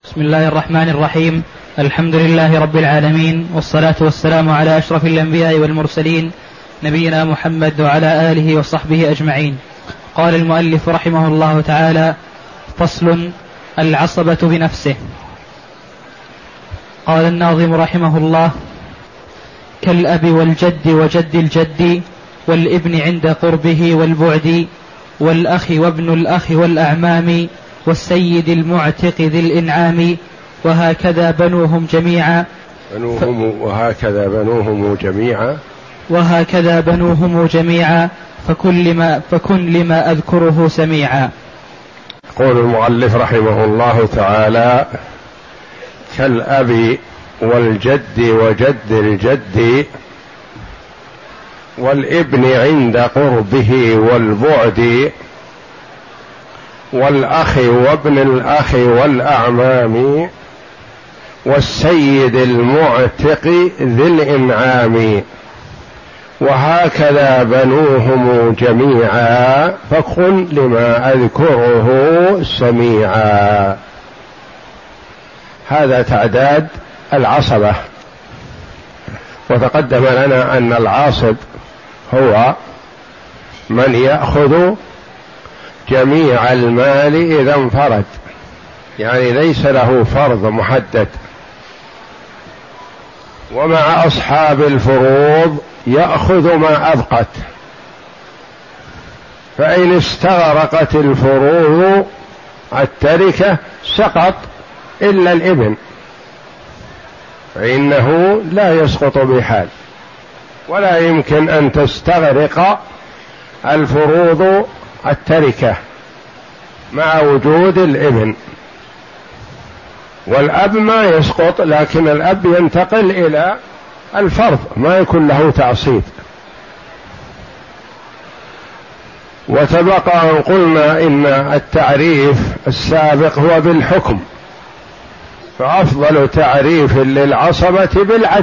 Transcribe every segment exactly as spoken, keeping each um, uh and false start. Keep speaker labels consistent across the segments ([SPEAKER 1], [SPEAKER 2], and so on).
[SPEAKER 1] بسم الله الرحمن الرحيم. الحمد لله رب العالمين، والصلاة والسلام على أشرف الأنبياء والمرسلين، نبينا محمد وعلى آله وصحبه أجمعين. قال المؤلف رحمه الله تعالى: فصل: العصبة بنفسه. قال الناظم رحمه الله: كالأب والجد وجد الجد، والابن عند قربه والبعد، والأخ وابن الأخ والأعمام، والسيد المعتق ذي الإنعام، وهكذا بنوهم جميعا
[SPEAKER 2] بنوهم وهكذا بنوهم جميعا
[SPEAKER 1] وهكذا بنوهم جميعا فكن لما, فكن لما أذكره سميعا.
[SPEAKER 2] يقول المؤلف رحمه الله تعالى: كالأب والجد وجد الجد، والابن عند قربه والبعد، والأخ وابن الأخ والأعمام، والسيد المعتق ذي الإنعام، وهكذا بنوهم جميعا فكن لما أذكره سميعا. هذا تعداد العصبة. وتقدم لنا أن العاصب هو من يأخذ جميع المال إذا انفرد، يعني ليس له فرض محدد. ومع أصحاب الفروض يأخذ ما أبقت، فإن استغرقت الفروض التركة سقط إلا الابن، فإنه لا يسقط بحال، ولا يمكن أن تستغرق الفروض التركة مع وجود الابن. والأب ما يسقط، لكن الأب ينتقل إلى الفرض، ما يكون له تعصيب. وتبقى أن قلنا إن التعريف السابق هو بالحكم، فأفضل تعريف للعصبة بالعد،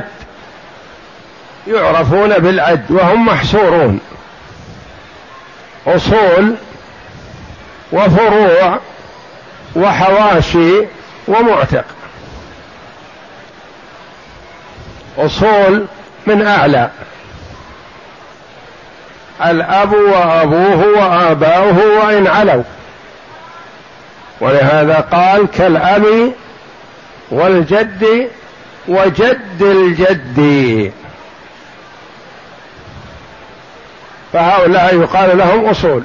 [SPEAKER 2] يعرفون بالعد وهم محصورون: أصول وفروع وحواشي ومعتق. أصول من أعلى، الأب وأبوه وآباؤه وإن علوا، ولهذا قال: كالأب والجد وجد الجد، فهؤلاء يقال لهم أصول.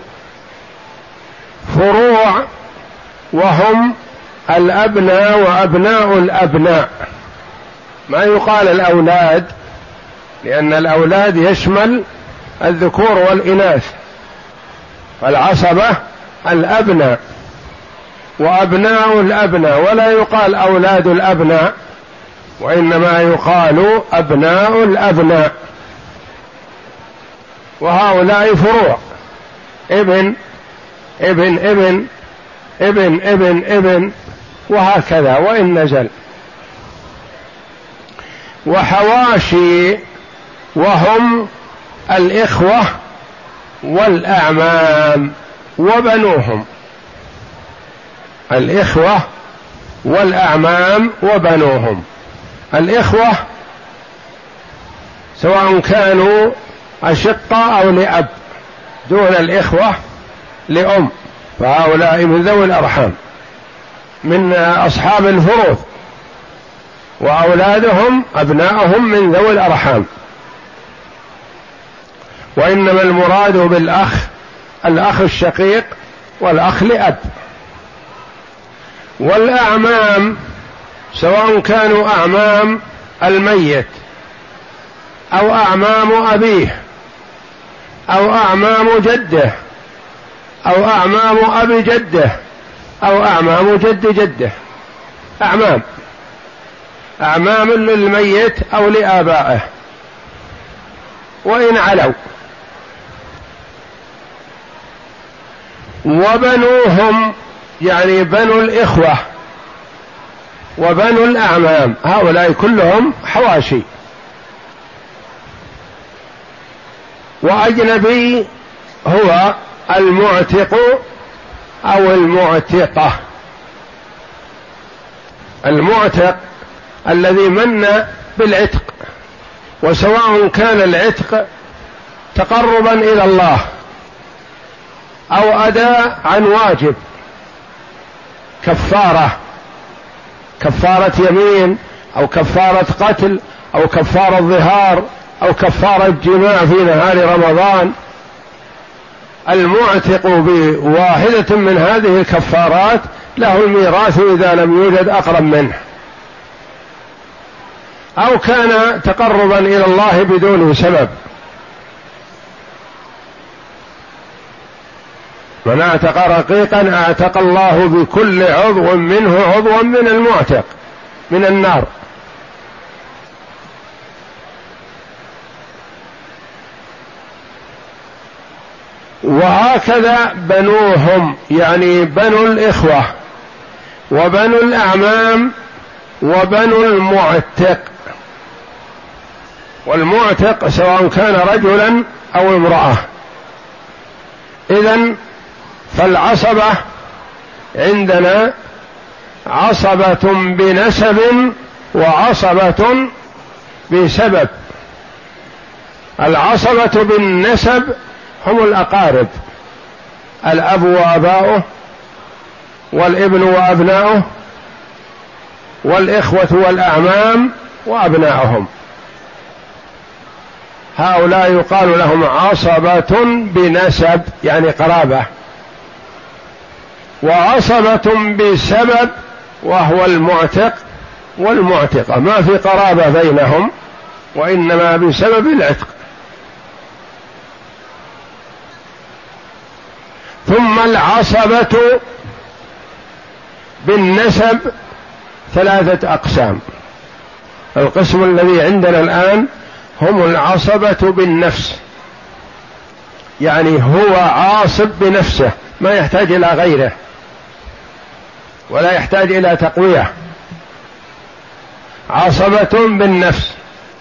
[SPEAKER 2] فروع وهم الأبناء وأبناء الأبناء، ما يقال الأولاد، لأن الأولاد يشمل الذكور والإناث، فالعصبة الأبناء وأبناء الأبناء، ولا يقال أولاد الأبناء، وإنما يقال أبناء الأبناء. وهؤلاء فروع: ابن ابن ابن ابن ابن ابن وهكذا وإن نزل. وحواشي وهم الإخوة والأعمام وبنوهم، الإخوة والأعمام وبنوهم. الإخوة سواء كانوا أشقة أو لأب، دون الإخوة لأم، فهؤلاء من ذوي الأرحام من أصحاب الفروض، وأولادهم أبناءهم من ذوي الأرحام. وإنما المراد بالأخ الأخ الشقيق والأخ لأب. والأعمام سواء كانوا أعمام الميت أو أعمام أبيه أو أعمام جده أو أعمام أبي جده أو أعمام جد جده، أعمام أعمام للميت أو لآبائه وإن علوا. وبنوهم يعني بنو الإخوة وبنو الأعمام، هؤلاء كلهم حواشي. وأجنبي هو المعتق أو المعتقة، المعتق الذي من بالعتق، وسواء كان العتق تقربا إلى الله أو أداء عن واجب، كفارة كفارة يمين أو كفارة قتل أو كفارة ظهار أو كفارة جماع في نهار رمضان، المعتق بواحدة من هذه الكفارات له الميراث إذا لم يوجد أقرب منه، أو كان تقربا إلى الله بدون سبب. من اعتق رقيقا اعتق الله بكل عضو منه عضوا من المعتق من النار. وهكذا بنوهم، يعني بنو الإخوة وبنو الأعمام وبنو المعتق. والمعتق سواء كان رجلا أو امرأة. إذن فالعصبة عندنا عصبة بنسب وعصبة بسبب. العصبة بالنسب هم الأقارب، الأب وآباؤه والابن وأبناؤه والإخوة والأعمام وأبناؤهم، هؤلاء يقال لهم عصبة بنسب يعني قرابة. وعصبة بسبب وهو المعتق والمعتقة، ما في قرابة بينهم وإنما بسبب العتق. ثم العصبة بالنسب ثلاثة أقسام. القسم الذي عندنا الآن هم العصبة بالنفس، يعني هو عاصب بنفسه ما يحتاج إلى غيره ولا يحتاج إلى تقوية. عصبة بالنفس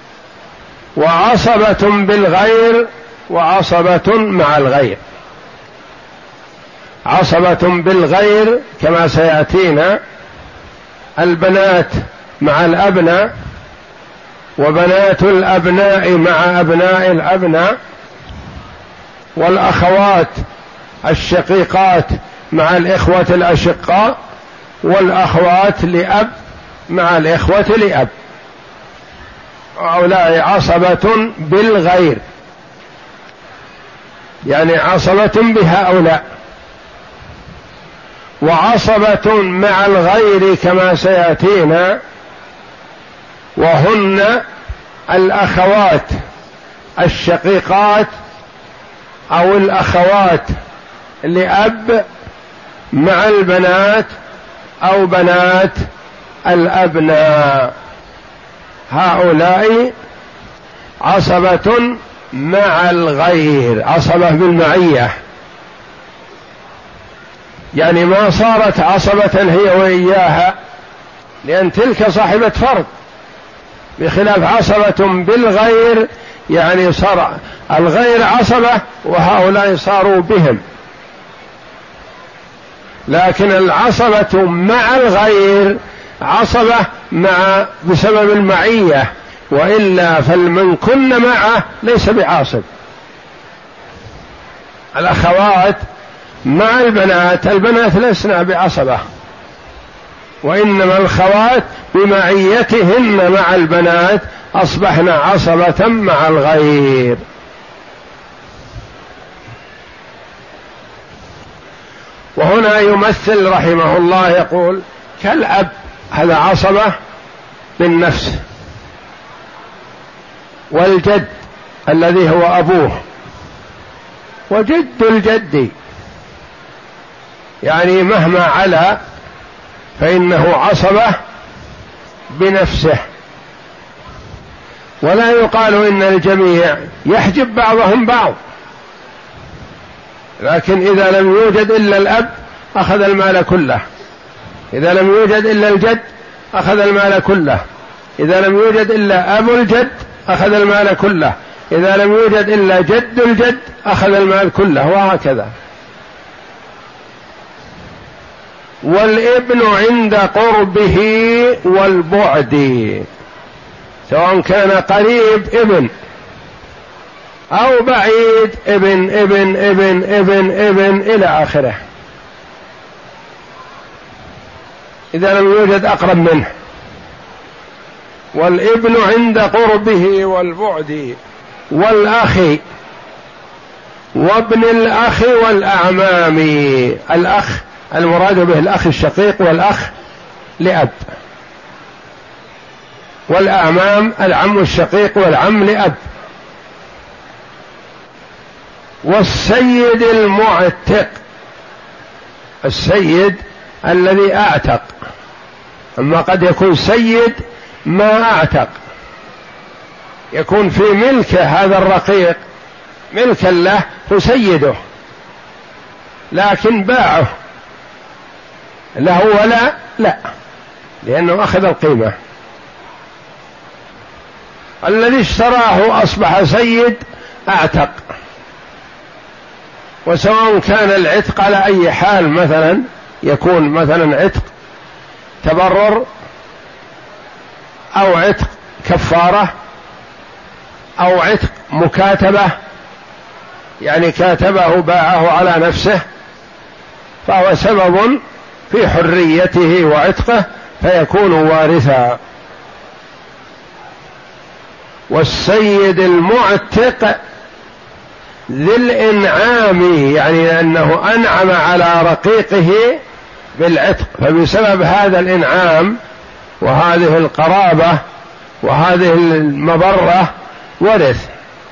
[SPEAKER 2] وعصبة بالغير وعصبة مع الغير. عصبة بالغير كما سيأتينا البنات مع الأبناء وبنات الأبناء مع أبناء الأبناء والأخوات الشقيقات مع الإخوة الأشقاء والأخوات لأب مع الإخوة لأب. هؤلاء عصبة بالغير، يعني عصبة بهؤلاء. وعصبة مع الغير كما سيأتينا وهن الأخوات الشقيقات أو الأخوات لأب مع البنات أو بنات الأبناء. هؤلاء عصبة مع الغير، عصبة بالمعية، يعني ما صارت عصبة هي وإياها لأن تلك صاحبة فرض، بخلاف عصبة بالغير يعني صار الغير عصبة وهؤلاء صاروا بهم. لكن العصبة مع الغير عصبة مع بسبب المعية، وإلا فمن كن معه ليس بعاصب. الأخوات مع البنات، البنات لسنا بعصبة، وإنما الخوات بمعيتهن مع البنات أصبحن عصبة مع الغير. وهنا يمثل رحمه الله يقول كالأب، هذا عصبة بالنفس، والجد الذي هو أبوه، وجد الجد يعني مهما علا فإنه عصبة بنفسه. ولا يقال إن الجميع يحجب بعضهم بعض، لكن إذا لم يوجد إلا الأب أخذ المال كله، إذا لم يوجد إلا الجد أخذ المال كله، إذا لم يوجد إلا أبو الجد أخذ المال كله، إذا لم يوجد إلا جد الجد أخذ المال كله، وهكذا. والابن عند قربه والبعد، سواء كان قريب ابن أو بعيد ابن ابن ابن ابن ابن إلى آخره، إذا لم يوجد أقرب منه. والابن عند قربه والبعد، والأخ وابن الأخ والأعمام. الأخ المراد به الأخ الشقيق والأخ لأب، والأعمام العم الشقيق والعم لأب. والسيد المعتق، السيد الذي أعتق، أما قد يكون سيد ما أعتق، يكون في ملكه هذا الرقيق ملكا له فسيده، لكن باعه له ولا لا، لأنه أخذ القيمة. الذي اشتراه أصبح سيد أعتق، وسواء كان العتق على أي حال، مثلا يكون مثلا عتق تبرر أو عتق كفارة أو عتق مكاتبة، يعني كاتبه باعه على نفسه فهو سبب في حريته وعتقه فيكون وارثا. والسيد المعتق ذي الإنعام، يعني لأنه أنعم على رقيقه بالعتق، فبسبب هذا الإنعام وهذه القرابة وهذه المبرة ورث.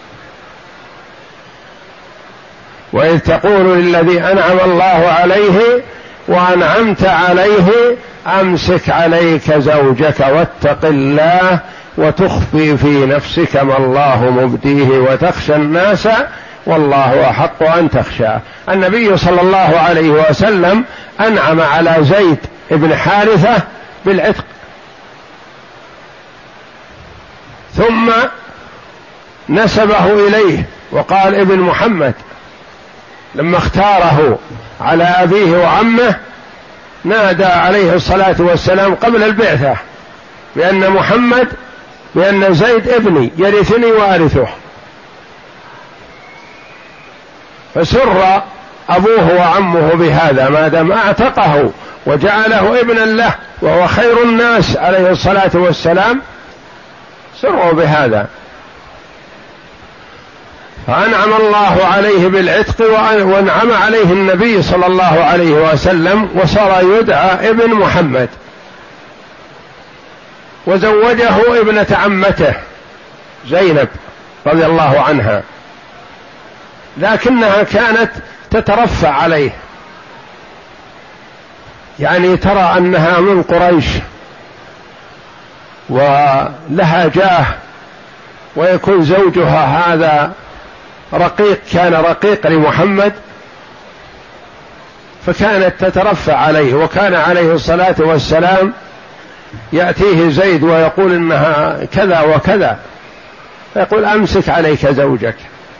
[SPEAKER 2] وإذ تقول للذي أنعم الله عليه وأنعمت عليه أمسك عليك زوجك واتق الله وتخفي في نفسك ما الله مبديه وتخشى الناس والله أحق أن تخشى. النبي صلى الله عليه وسلم أنعم على زيد بن حارثة بالعتق، ثم نسبه إليه وقال ابن محمد، لما اختاره على أبيه وعمه نادى عليه الصلاة والسلام قبل البعثة بأن محمد بأن زيد ابني يرثني وارثه، فسر أبوه وعمه بهذا ما دام أعتقه وجعله ابنا له وهو خير الناس عليه الصلاة والسلام، سروا بهذا. فأنعم الله عليه بالعتق وأنعم عليه النبي صلى الله عليه وسلم، وصار يدعى ابن محمد. وزوجه ابنة عمته زينب رضي الله عنها، لكنها كانت تترفع عليه، يعني ترى أنها من قريش ولها جاه، ويكون زوجها هذا رقيق، كان رقيق لمحمد، فكانت تترفع عليه. وكان عليه الصلاة والسلام يأتيه زيد ويقول إنها كذا وكذا، فيقول أمسك عليك زوجك،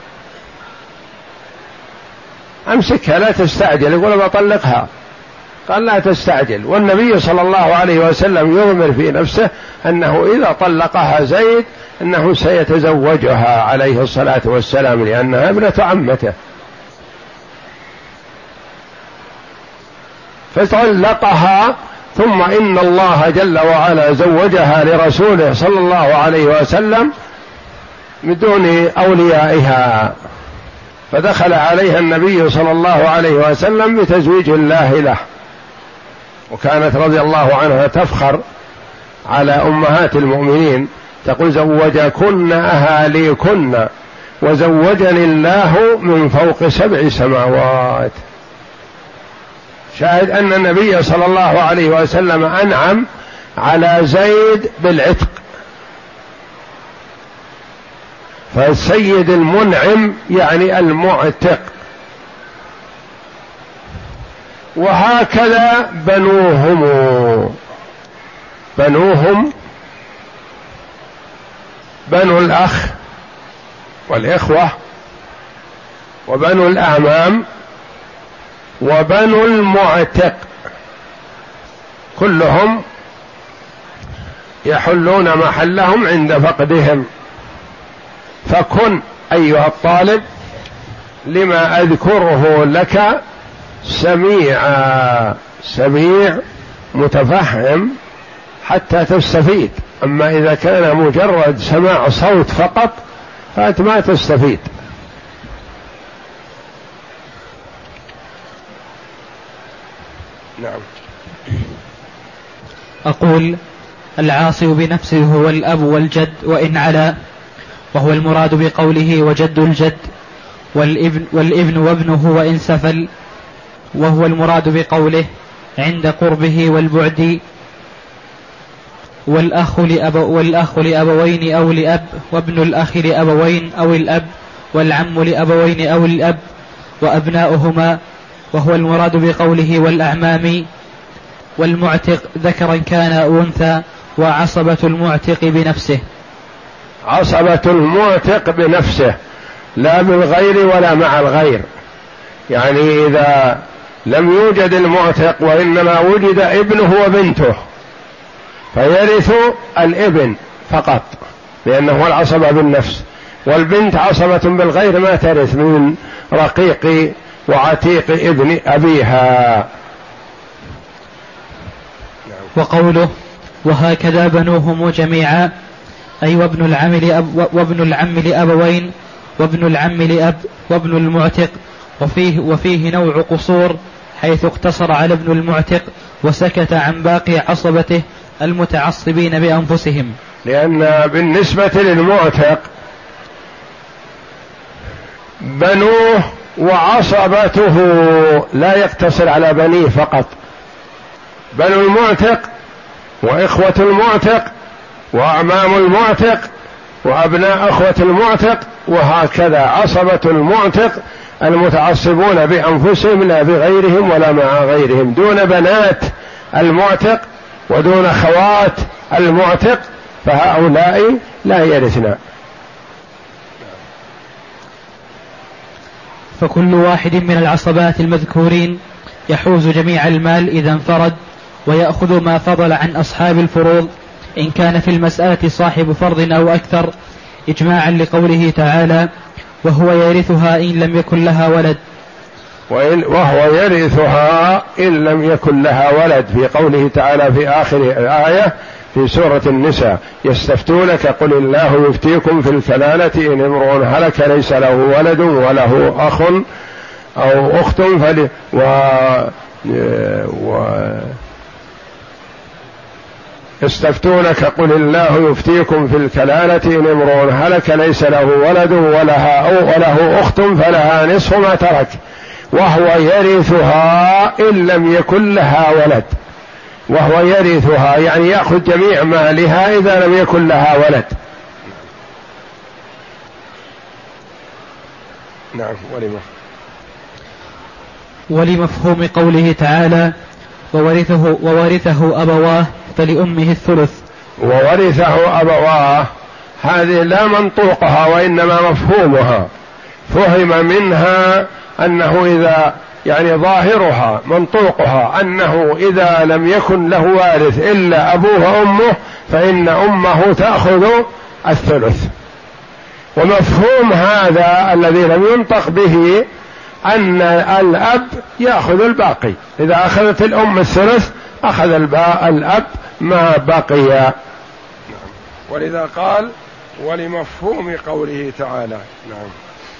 [SPEAKER 2] أمسكها لا تستعجل، يقول بطلقها، قال لا تستعجل. والنبي صلى الله عليه وسلم يؤمر في نفسه أنه إذا طلقها زيد أنه سيتزوجها عليه الصلاة والسلام، لأنها ابنة عمته. فطلقها، ثم إن الله جل وعلا زوجها لرسوله صلى الله عليه وسلم من دون أوليائها، فدخل عليها النبي صلى الله عليه وسلم بتزويج الله له. وكانت رضي الله عنها تفخر على أمهات المؤمنين تقول زوجكن أهاليكن وزوجني الله من فوق سبع سماوات. شاهد أن النبي صلى الله عليه وسلم أنعم على زيد بالعتق. فالسيد المنعم يعني المعتق. وهكذا بنوهم بنوهم بنو الأخ والإخوة وبنو الأعمام وبنو المعتق. كلهم يحلون محلهم عند فقدهم. فكن أيها الطالب لما أذكره لك سميعا، سميع متفهم حتى تستفيد. أما إذا كان مجرد سماع صوت فقط فأنت ما تستفيد. نعم.
[SPEAKER 1] أقول: العاصي بنفسه هو الأب والجد وإن علا، وهو المراد بقوله وجد الجد، والابن, والابن وابنه وإن سفل، وهو المراد بقوله عند قربه والبعد، والأخ, لأب والأخ لأبوين أو لأب، وابن الأخ لأبوين أو الأب، والعم لأبوين أو الأب، وأبناؤهما، وهو المراد بقوله والأعمام، والمعتق ذكرا كان أو أنثى، وعصبة المعتق بنفسه.
[SPEAKER 2] عصبة المعتق بنفسه لا بالغير ولا مع الغير، يعني إذا لم يوجد المعتق وإنما وجد ابنه وبنته فيرث الابن فقط لأنه هو العصبة بالنفس، والبنت عصبة بالغير ما ترث من رقيق وعتيق ابن أبيها.
[SPEAKER 1] وقوله وهكذا بنوهم جميعا، أي وابن العم لأب وابن العم لأبوين، وابن العم لأب، وابن المعتق. وفيه, وفيه نوع قصور حيث اقتصر على ابن المعتق وسكت عن باقي عصبته المتعصبين بأنفسهم.
[SPEAKER 2] لأن بالنسبة للمعتق بنوه وعصبته لا يقتصر على بنيه فقط، بنو المعتق وإخوة المعتق وأعمام المعتق وأبناء أخوة المعتق، وهكذا عصبة المعتق المتعصبون بأنفسهم لا بغيرهم ولا مع غيرهم، دون بنات المعتق ودون خوات المعتق، فهؤلاء لا يرثنا.
[SPEAKER 1] فكل واحد من العصبات المذكورين يحوز جميع المال إذا انفرد، ويأخذ ما فضل عن أصحاب الفروض إن كان في المسألة صاحب فرض أو أكثر، إجماعا لقوله تعالى وهو يرثها إن لم يكن لها ولد.
[SPEAKER 2] وإن وهو يرثها إن لم يكن لها ولد، في قوله تعالى في آخر الآية في سورة النساء يستفتونك قل الله يفتيكم في الكلالة إن امرؤ هلك ليس له ولد وله أخ أو أخت فل و... و... يستفتونك قل الله يفتيكم في الكلالة إن امرؤ هلك ليس له ولد ولها أو وله أخت فلها نصف ما ترك وهو يرثها إن لم يكن لها ولد. وهو يرثها يعني يأخذ جميع مالها إذا لم يكن لها ولد. نعم. ولمه
[SPEAKER 1] ولمفهوم قوله تعالى وورثه, وورثه أبواه فلأمه الثلث.
[SPEAKER 2] وورثه أبواه هذه لا منطوقها وإنما مفهومها، فهم منها أنه إذا يعني ظاهرها منطوقها أنه إذا لم يكن له وارث إلا أبوه وأمه فإن أمه تأخذ الثلث. ومفهوم هذا الذي لم ينطق به أن الأب يأخذ الباقي، إذا أخذت الأم الثلث أخذ الأب ما بقي. ولذا قال ولمفهوم قوله تعالى. نعم.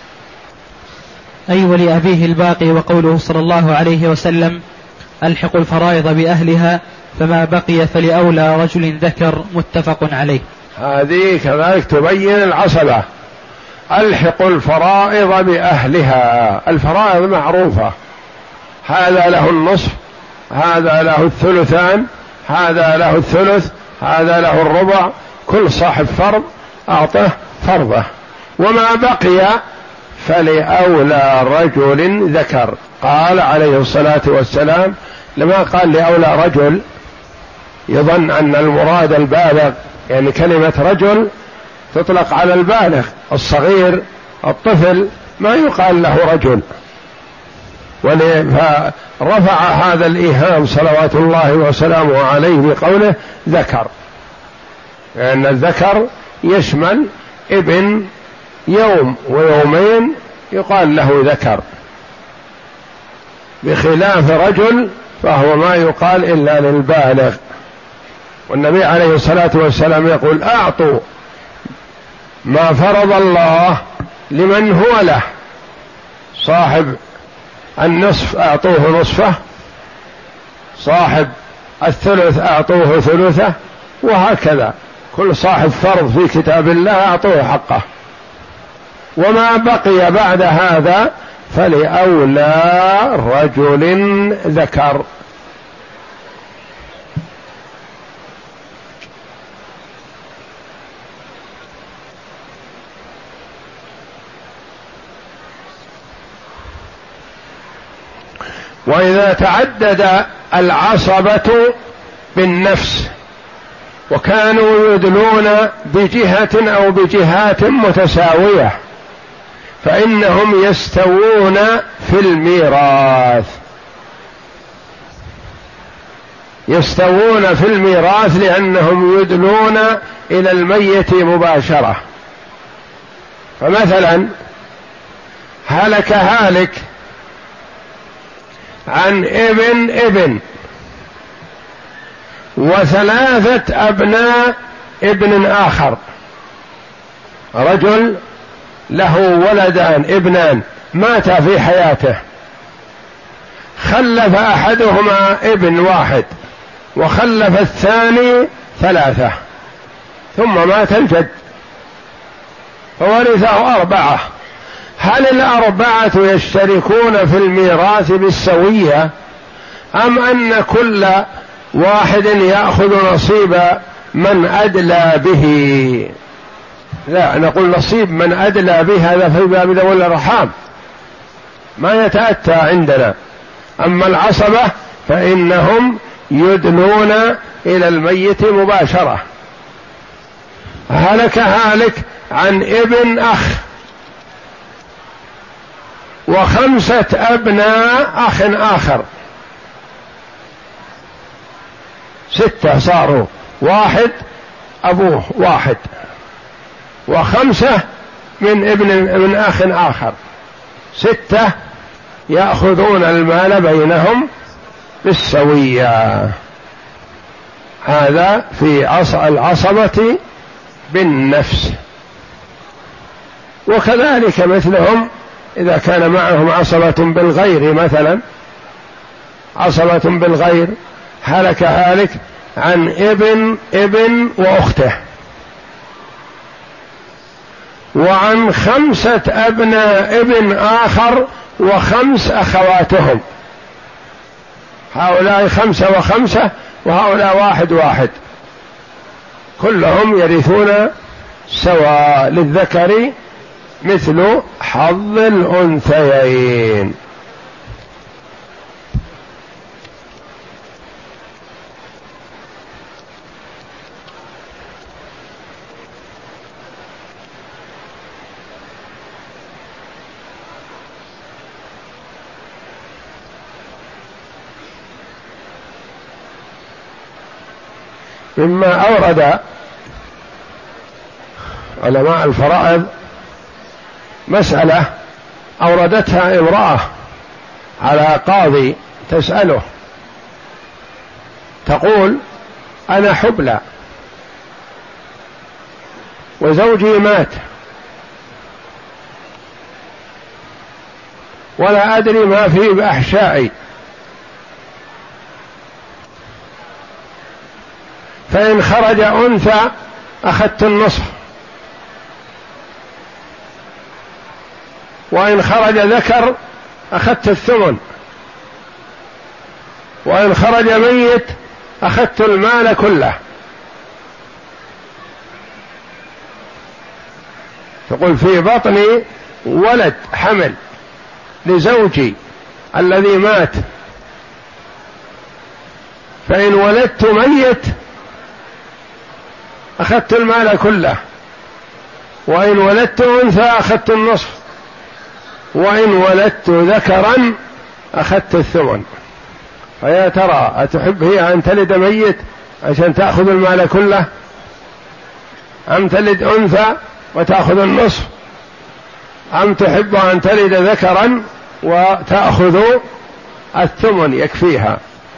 [SPEAKER 1] أي ولأبيه الباقي، وقوله صلى الله عليه وسلم ألحقوا الفرائض بأهلها فما بقي فلأولى رجل ذكر، متفق عليه.
[SPEAKER 2] هذه كذلك تبين العصبة. ألحقوا الفرائض بأهلها، الفرائض معروفة، هذا له النصف، هذا له الثلثان، هذا له الثلث، هذا له الربع، كل صاحب فرض أعطه فرضه، وما بقي فلأولى رجل ذكر. قال عليه الصلاة والسلام لما قال لأولى رجل يظن أن المراد البالغ، يعني كلمة رجل تطلق على البالغ، الصغير الطفل ما يقال له رجل، فرفع هذا الإيهام صلوات الله وسلامه عليه بقوله ذكر، لأن الذكر يشمل ابن يوم ويومين يقال له ذكر، بخلاف رجل فهو ما يقال إلا للبالغ. والنبي عليه الصلاة والسلام يقول أعطوا ما فرض الله لمن هو له، صاحب النصف أعطوه نصفه، صاحب الثلث أعطوه ثلثه، وهكذا كل صاحب فرض في كتاب الله أعطوه حقه، وما بقي بعد هذا فلأولى رجل ذكر. وإذا تعدد العصبة بالنفس وكانوا يدلون بجهة أو بجهات متساوية فإنهم يستوون في الميراث، يستوون في الميراث لأنهم يدلون إلى الميت مباشرة. فمثلا هلك هالك عن ابن ابن وثلاثة أبناء ابن آخر، رجل له ولدان ابنان ماتا في حياته، خلف أحدهما ابن واحد وخلف الثاني ثلاثة، ثم مات الجد فورثه أربعة. هل الأربعة يشتركون في الميراث بالسوية أم أن كل واحد يأخذ نصيب من أدلى به؟ لا، نقول نصيب من أدلى به هذا في باب ذوي الأرحام ما يتأتى عندنا. أما العصبة فإنهم يدلون إلى الميت مباشرة. هلك هالك عن ابن أخ وخمسة أبناء أخ آخر، ستة صاروا، واحد أبوه واحد وخمسة من ابن من أخ آخر، ستة يأخذون المال بينهم بالسوية. هذا في العصبة بالنفس. وكذلك مثلهم إذا كان معهم عصبة بالغير، مثلا عصبة بالغير هلك هالك عن ابن ابن وأخته وعن خمسة أبناء ابن آخر وخمس أخواتهم، هؤلاء خمسة وخمسة وهؤلاء واحد واحد، كلهم يرثون سواء، للذكر مثل حظ الأنثيين. مما أورد علماء الفرائض مسألة أوردتها امرأة على قاضي تسأله، تقول أنا حبلى وزوجي مات ولا أدري ما في بأحشائي، فإن خرج أنثى أخذت النصف، وإن خرج ذكر أخذت الثمن، وإن خرج ميت أخذت المال كله. تقول في بطني ولد حمل لزوجي الذي مات، فإن ولدت ميت أخذت المال كله، وإن ولدت أنثى أخذت النصف، وإن ولدت ذكرا أخذت الثمن. فيا ترى أتحب هي أن تلد ميت عشان تأخذ المال كله، أم تلد أنثى وتأخذ النصف، أم تحب أن تلد ذكرا وتأخذ الثمن يكفيها؟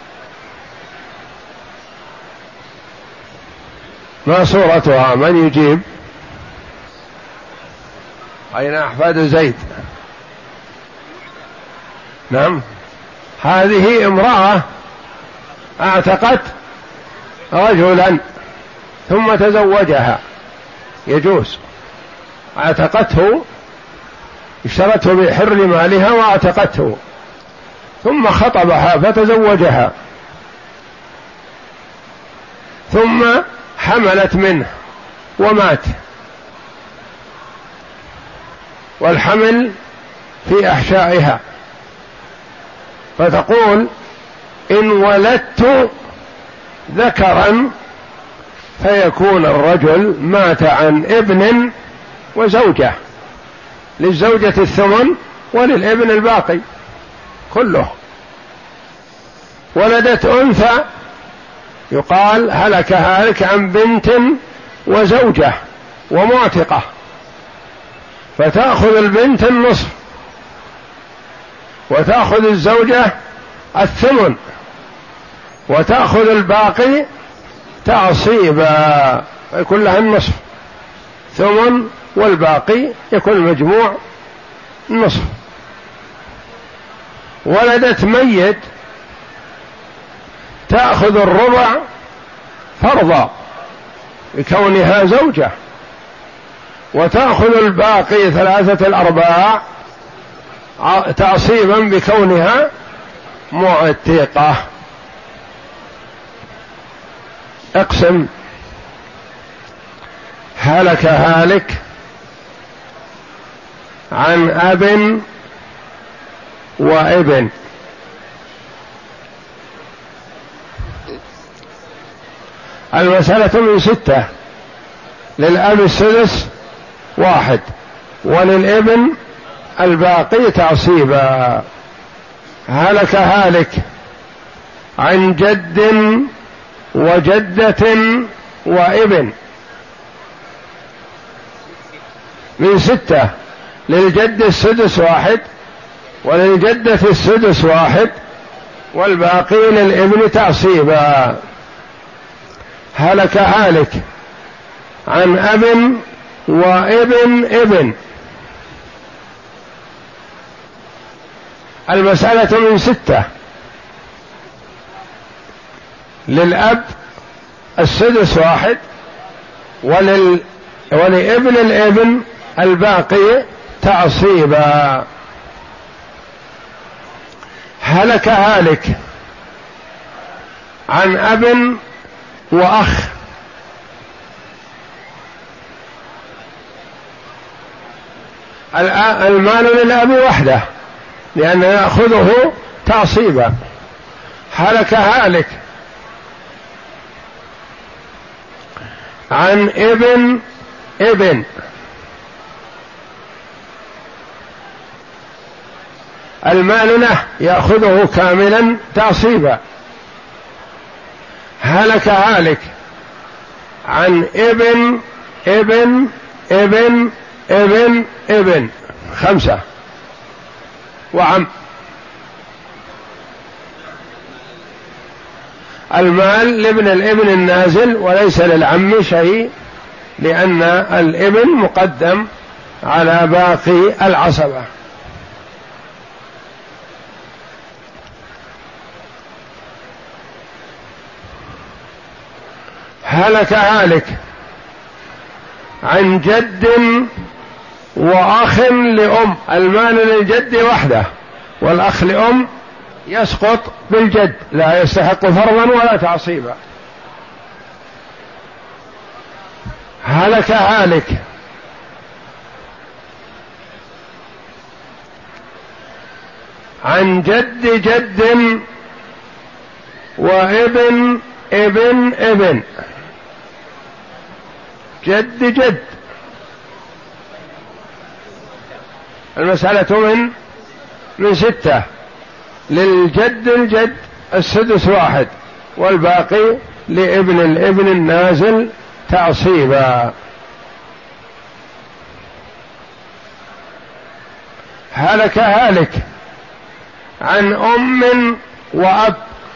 [SPEAKER 2] ما صورتها؟ من يجيب؟ أين أحفاد زيد؟ نعم، هذه امرأة اعتقت رجلا ثم تزوجها، يجوز، اعتقته، اشترته بحر مالها واعتقته، ثم خطبها فتزوجها، ثم حملت منه ومات، والحمل في أحشائها، فتقول إن ولدت ذكرا فيكون الرجل مات عن ابن وزوجة، للزوجة الثمن وللابن الباقي كله. ولدت أنثى يقال هلك هالك عن بنت وزوجة ومعتقة، فتأخذ البنت النصف وتأخذ الزوجة الثمن وتأخذ الباقي تعصيبا، يكون لها النصف ثمن والباقي يكون المجموع النصف. ولدت ميت تأخذ الربع فرضا لكونها زوجة، وتأخذ الباقي ثلاثة الأرباع تعصيبا بكونها معتقة. اقسم. هلك هالك عن أب وابن. المسألة من ستة، للأب السدس واحد وللابن الباقي تعصيبا. هلك هالك عن جد وجدة وابن. من ستة، للجد السدس واحد وللجدة السدس واحد والباقي للابن تعصيبا. هلك هالك عن أب وابن ابن. المسألة من ستة، للأب السدس واحد ولل... ولابن الابن الباقي تعصيبا. هلك هالك عن أب وأخ. المال للأب وحده لأنه يأخذه تعصيبا. هلك هالك عن ابن ابن. المال له يأخذه كاملا تعصيبا. هلك هالك عن ابن ابن ابن ابن ابن. خمسة. وعم. المال لابن الابن النازل وليس للعم شيء، لأن الابن مقدم على باقي العصبة. هلك هالك عن جد وأخ لأم. المال للجد وحده والأخ لأم يسقط بالجد، لا يستحق فرضا ولا تعصيبا. هلك هالك عن جد جد وابن ابن ابن. جد جد. المسألة من من ستة، للجد الجد السدس واحد، والباقي لابن الابن النازل تعصيبا. هلك هالك عن أم وأب،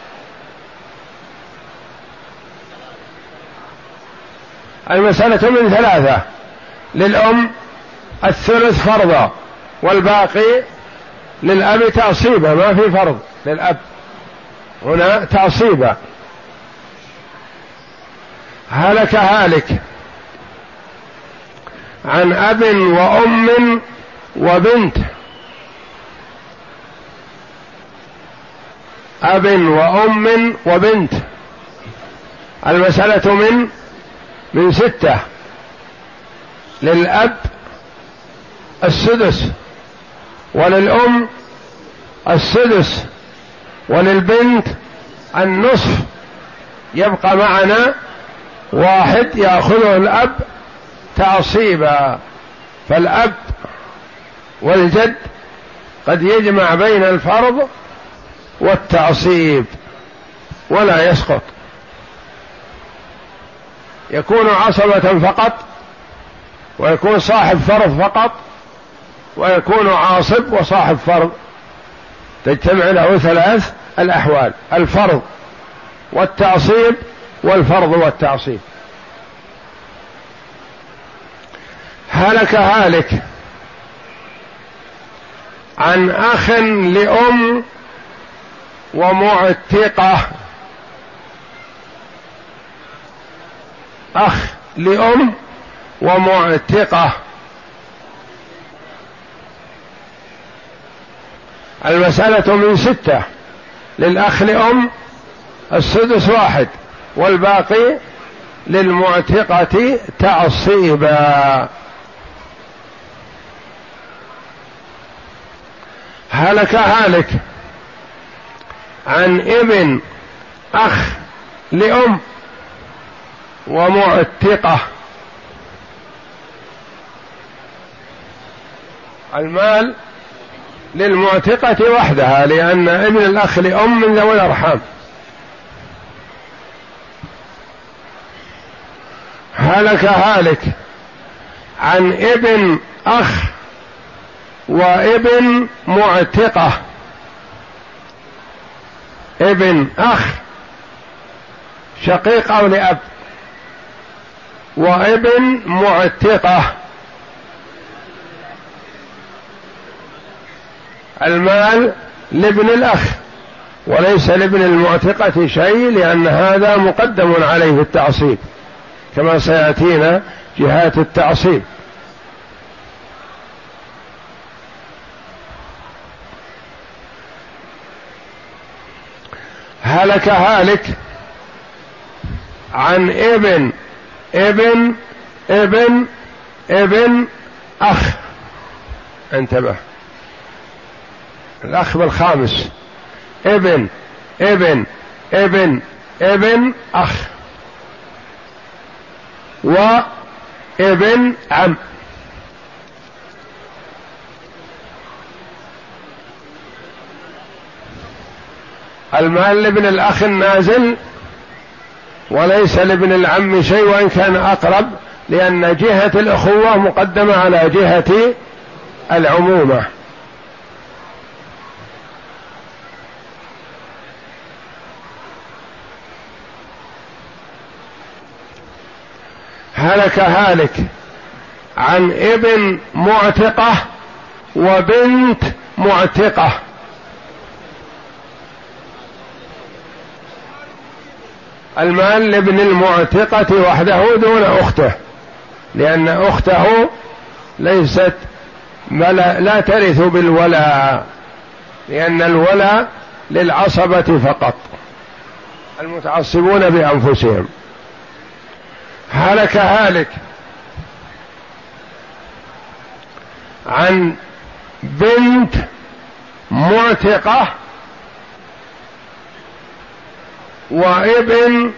[SPEAKER 2] المسألة من ثلاثة: للأم الثلث فرضا، والباقي للأب تعصيبا، ما في فرض للأب هنا تعصيبا. هلك هالك عن أب وأم وبنت، أب وأم وبنت، المسألة من من ستة: للأب السدس، وللأم السدس، وللبنت النصف. يبقى معنا واحد يأخذه الأب تعصيبا. فالأب والجد قد يجمع بين الفرض والتعصيب ولا يسقط، يكون عصبة فقط، ويكون صاحب فرض فقط، ويكون عاصب وصاحب فرض، تجتمع له ثلاث الأحوال: الفرض والتعصيب والفرض والتعصيب. هلك هالك عن أخ لأم ومعتقة، أخ لأم ومعتقة، المسألة من ستة: للأخ لأم السدس واحد، والباقي للمعتقة تعصيبا. هلك هالك عن ابن أخ لأم ومعتقة، المال للمعتقة وحدها، لأن ابن الأخ لأم من ذوي الأرحام. هلك هالك عن ابن أخ وابن معتقة، ابن أخ شقيق أو لأب، وابن معتقة، المال لابن الأخ وليس لابن المعتقة شيء، لأن هذا مقدم عليه التعصيب كما سيأتينا جهات التعصيب. هلك هالك عن ابن ابن ابن ابن أخ، انتبه، الأخ بالخامس: ابن ابن ابن ابن أخ وابن عم. المال لابن الأخ النازل وليس لابن العم شيء، وإن كان أقرب، لأن جهة الأخوة مقدمة على جهة العمومة. هلك هالك عن ابن معتقة وبنت معتقة، المال لابن المعتقة وحده دون أخته، لأن أخته ليست لا, لا ترث بالولاء، لأن الولاء للعصبة فقط، المتعصبون بأنفسهم. هلك هالك عن بنت معتقة وابن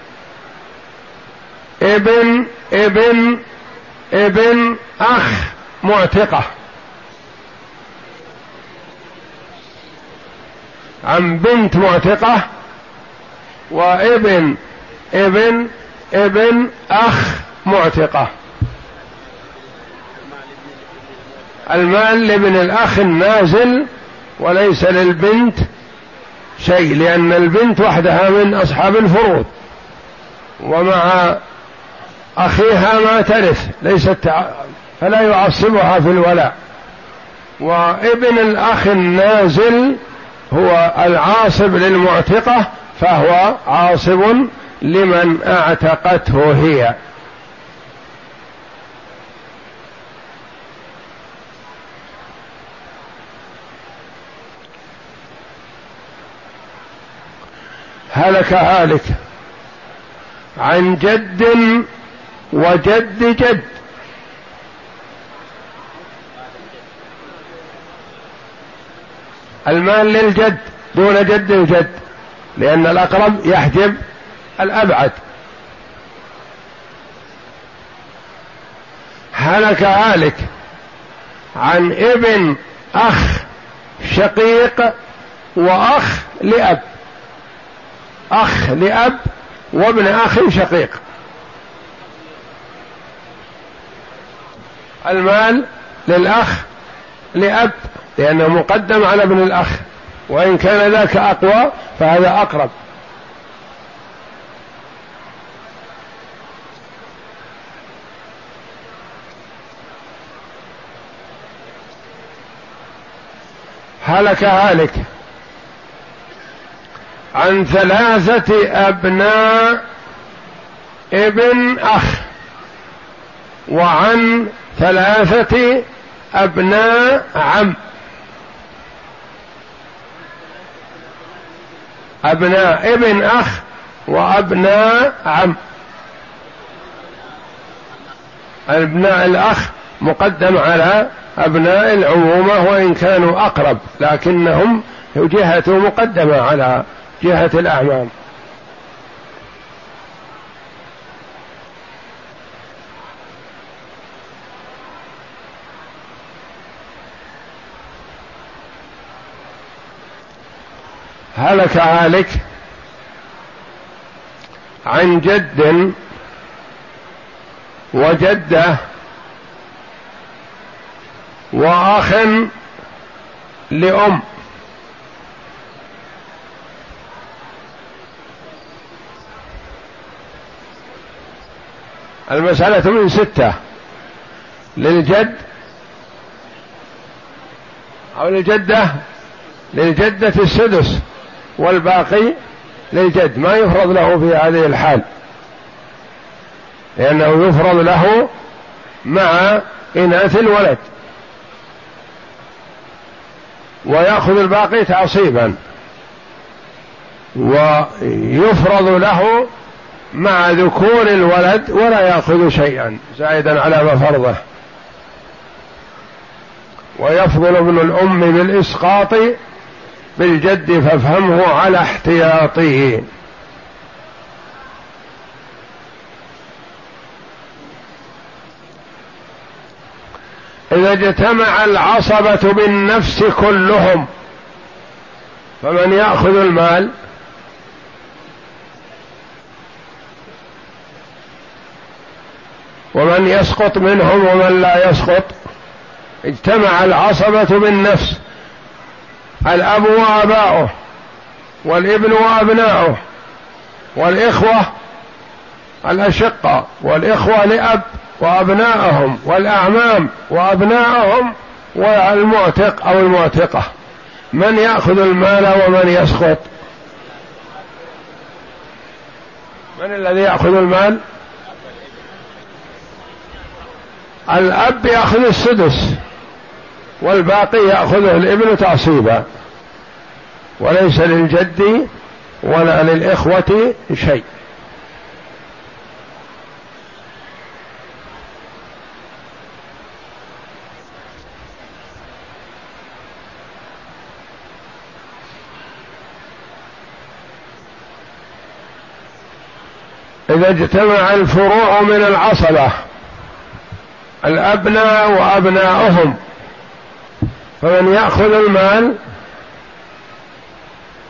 [SPEAKER 2] ابن ابن ابن أخ معتقة، عن بنت معتقة وابن ابن ابن أخ معتقة. المال لابن الأخ النازل وليس للبنت شيء، لأن البنت وحدها من أصحاب الفروض، ومع أخيها ما ترث ليست، فلا يعصبها في الولاء. وابن الأخ النازل هو العاصب للمعتقة، فهو عاصب لمن اعتقته هي. هلك هالك عن جد وجد جد. المال للجد دون جد الجد، لأن الأقرب يحجب الأبعد. هلك هالك عن ابن أخ شقيق وأخ لأب، أخ لأب وابن أخ شقيق. المال للأخ لأب لأنه مقدم على ابن الأخ، وإن كان ذاك أقوى فهذا أقرب. هلك هالك عن ثلاثة أبناء ابن أخ وعن ثلاثة أبناء عم. أبناء ابن أخ وأبناء عم. أبناء الأخ مقدم على أبناء العمومة وإن كانوا أقرب، لكنهم جهة مقدمة على جهة الأعمام. هلك هالك عن جد وجدة وأخ لأم. المسألة من ستة: للجد أو للجدة، للجدة السدس والباقي للجد. ما يفرض له في هذه الحال، لأنه يفرض له مع إناث الولد، ويأخذ الباقي تعصيبا، ويفرض له مع ذكور الولد ولا يأخذ شيئا زائدا على ما فرضه. ويفضل ابن الأم بالإسقاط بالجد فافهمه على احتياطه. إذا اجتمع العصبة بالنفس كلهم فمن يأخذ المال؟ ومن يسقط منهم ومن لا يسقط؟ اجتمع العصبة بالنفس، الأب وآباؤه والابن وأبناؤه والإخوة الأشقة والإخوة لأب وأبناءهم والأعمام وأبناءهم والمعتق أو المعتقة. من يأخذ المال ومن يسقط؟ من الذي يأخذ المال؟ الأب يأخذ السدس والباقي يأخذه الابن تعصيبا، وليس للجد ولا للإخوة شيء. إذا اجتمع الفروع من العصبة، الأبناء وأبناؤهم، فمن يأخذ المال؟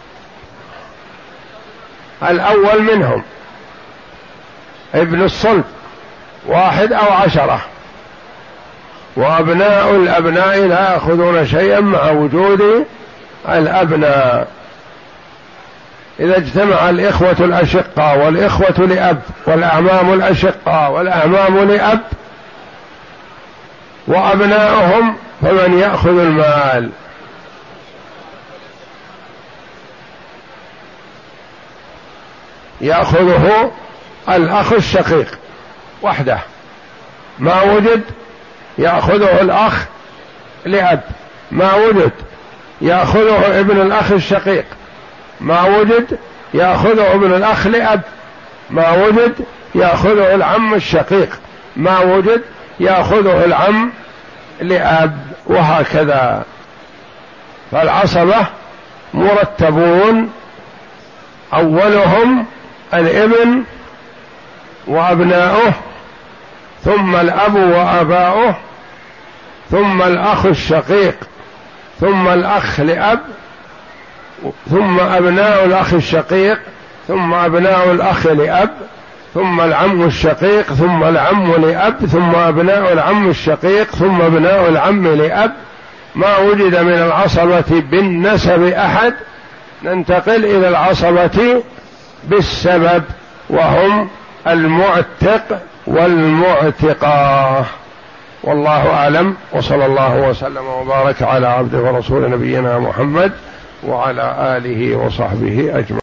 [SPEAKER 2] الأول منهم ابن الصلب واحد أو عشرة، وأبناء الأبناء لا يأخذون شيئا مع وجود الأبناء. إذا اجتمع الإخوة الأشقاء والإخوة لأب والأعمام الأشقاء والأعمام لأب وأبناؤهم، فمن يأخذ المال؟ يأخذه الأخ الشقيق وحده، ما وجد يأخذه الأخ لأب، ما وجد يأخذه ابن الأخ الشقيق، ما وجد يأخذه ابن الأخ لأب، ما وجد يأخذه العم الشقيق، ما وجد يأخذه العم لأب، وهكذا. فالعصبة مرتبون، أولهم الابن وأبناؤه، ثم الأب وآباؤه، ثم الأخ الشقيق، ثم الأخ لأب، ثم أبناء الأخ الشقيق، ثم أبناء الأخ لأب، ثم العم الشقيق، ثم العم لأب، ثم أبناء العم الشقيق، ثم أبناء العم لأب. ما وجد من العصبة بالنسب أحد ننتقل إلى العصبة بالسبب، وهم المعتق والمعتقاه. والله أعلم، وصلى الله وسلم وبارك على عبده ورسول نبينا محمد وعلى آله وصحبه أجمعين.